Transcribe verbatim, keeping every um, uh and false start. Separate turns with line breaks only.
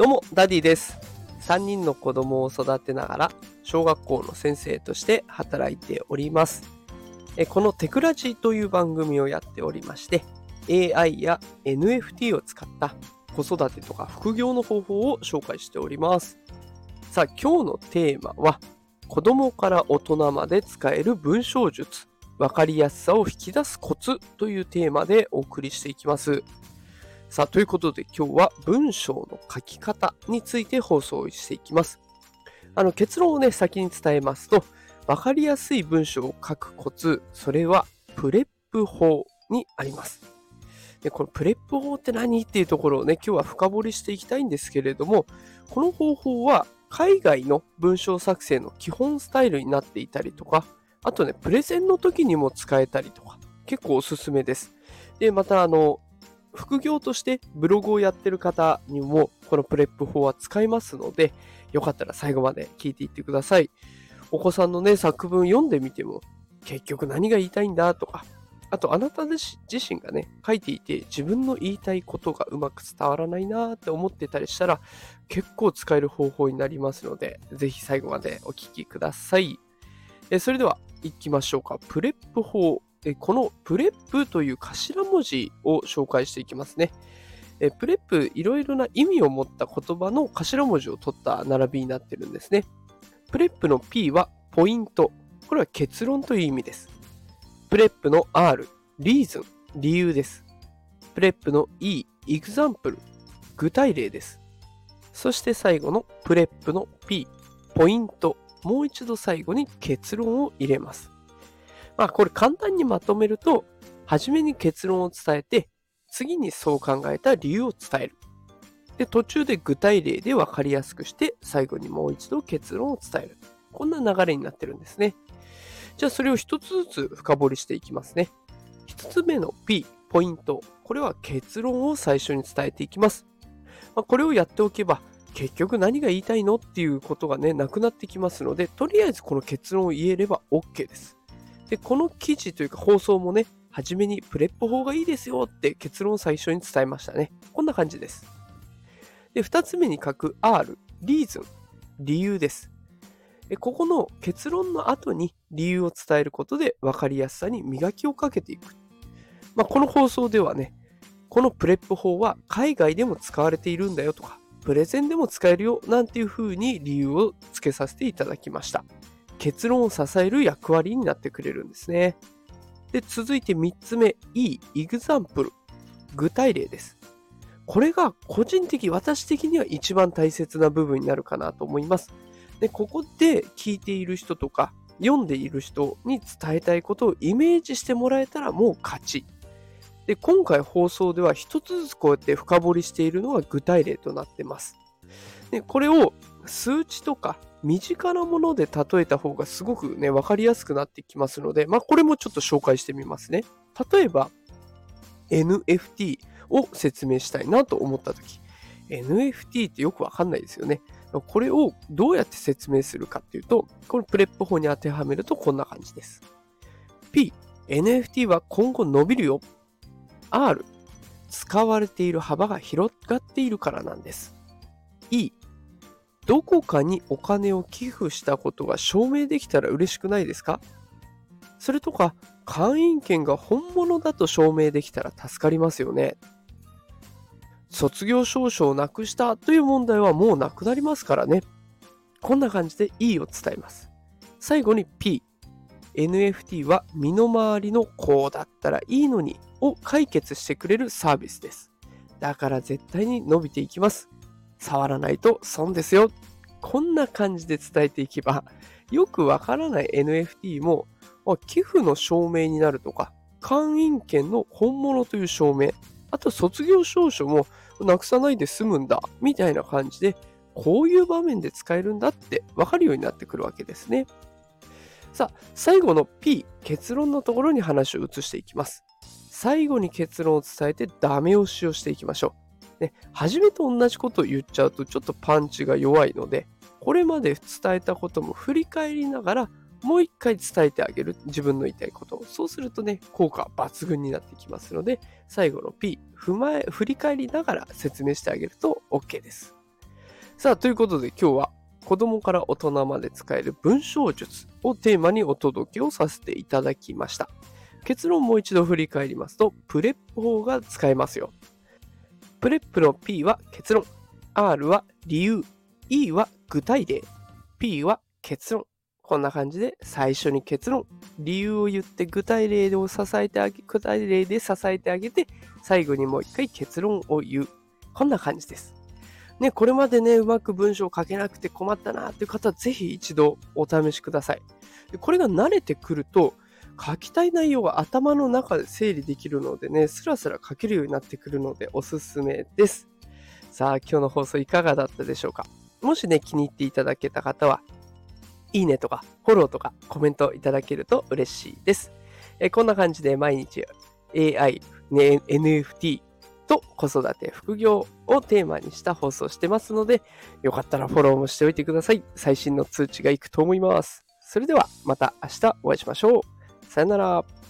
どうもダディです。さんにんの子供を育てながら小学校の先生として働いております。えこのテクラジという番組をやっておりまして、 エーアイ や エヌエフティー を使った子育てとか副業の方法を紹介しております。さあ、今日のテーマは子供から大人まで使える文章術、わかりやすさを引き出すコツというテーマでお送りしていきます。さあ、ということで今日は文章の書き方について放送していきます。あの結論をね、先に伝えますと、わかりやすい文章を書くコツ、それはプレップ法にあります。で、このプレップ法って何っていうところをね、今日は深掘りしていきたいんですけれども、この方法は海外の文章作成の基本スタイルになっていたりとか、あとね、プレゼンの時にも使えたりとか、結構おすすめです。で、またあの、副業としてブログをやってる方にもこのプレップ法は使えますので、よかったら最後まで聞いていってください。お子さんのね、作文読んでみても、結局何が言いたいんだとか、あとあなた自身がね、書いていて自分の言いたいことがうまく伝わらないなって思ってたりしたら、結構使える方法になりますので、ぜひ最後までお聞きください。えそれでは行きましょうか。プレップ法。このプレップという頭文字を紹介していきますね。プレップ、いろいろな意味を持った言葉の頭文字を取った並びになっているんですね。プレップの P はポイント。これは結論という意味です。プレップの R、リーズン、理由です。プレップの E、エグザンプル、具体例です。そして最後のプレップの P、ポイント。もう一度最後に結論を入れます。まあこれ簡単にまとめると、初めに結論を伝えて、次にそう考えた理由を伝える。で、途中で具体例で分かりやすくして、最後にもう一度結論を伝える。こんな流れになってるんですね。じゃあそれを一つずつ深掘りしていきますね。一つ目の P、ポイント。これは結論を最初に伝えていきます。まあ、これをやっておけば、結局何が言いたいのっていうことがね、なくなってきますので、とりあえずこの結論を言えれば OK です。で、この記事というか放送もね、初めにプレップ法がいいですよって結論を最初に伝えましたね。こんな感じです。で、二つ目に書く R、リーズン、理由です。で、ここの結論の後に理由を伝えることで分かりやすさに磨きをかけていく。まあ、この放送ではね、このプレップ法は海外でも使われているんだよとか、プレゼンでも使えるよなんていう風に理由をつけさせていただきました。結論を支える役割になってくれるんですね。で、続いてみっつめ、E、エグザンプル、具体例です。これが個人的、私的には一番大切な部分になるかなと思います。で、ここで聞いている人とか、読んでいる人に伝えたいことをイメージしてもらえたらもう勝ち。で、今回放送では一つずつこうやって深掘りしているのが具体例となってます。で、これを数値とか身近なもので例えた方がすごくね、わかりやすくなってきますので、まあこれもちょっと紹介してみますね。例えば エヌエフティー を説明したいなと思ったとき、エヌエフティー ってよくわかんないですよね。これをどうやって説明するかっていうと、このプレップ法に当てはめるとこんな感じです。P、エヌエフティー は今後伸びるよ。R、使われている幅が広がっているからなんです。E、どこかにお金を寄付したことが証明できたら嬉しくないですか？それとか、会員権が本物だと証明できたら助かりますよね。卒業証書をなくしたという問題はもうなくなりますからね。こんな感じで E を伝えます。最後に P、エヌエフティー は身の回りのこうだったらいいのにを解決してくれるサービスです。だから絶対に伸びていきます。触らないと損ですよ。こんな感じで伝えていけば、よくわからない エヌエフティー も寄付の証明になるとか、会員権の本物という証明、あと卒業証書もなくさないで済むんだみたいな感じで、こういう場面で使えるんだってわかるようになってくるわけですね。さあ、最後の P、結論のところに話を移していきます。最後に結論を伝えてダメ押しをしていきましょう。ね、初めと同じことを言っちゃうとちょっとパンチが弱いので、これまで伝えたことも振り返りながらもう一回伝えてあげる、自分の言いたいことを。そうするとね、効果抜群になってきますので、最後の P、踏まえ、振り返りながら説明してあげると OK です。 さあ、ということで今日は子供から大人まで使える文章術をテーマにお届けをさせていただきました。結論もう一度振り返りますと、プレップ法が使えますよ。プレップの P は結論、R は理由、E は具体例、P は結論。こんな感じで最初に結論、理由を言って具体例を支えてあげ、具体例で支えてあげて、最後にもう一回結論を言う。こんな感じです。ね、これまでね、うまく文章を書けなくて困ったなっていう方は、ぜひ一度お試しください。でこれが慣れてくると、書きたい内容が頭の中で整理できるのでね、スラスラ書けるようになってくるのでおすすめです。さあ、今日の放送いかがだったでしょうか。もしね、気に入っていただけた方は、いいねとかフォローとかコメントいただけると嬉しいです。えこんな感じで毎日 エーアイ、ね、エヌエフティー と子育て、副業をテーマにした放送してますので、よかったらフォローもしておいてください。最新の通知がいくと思います。それではまた明日お会いしましょう。さよなら。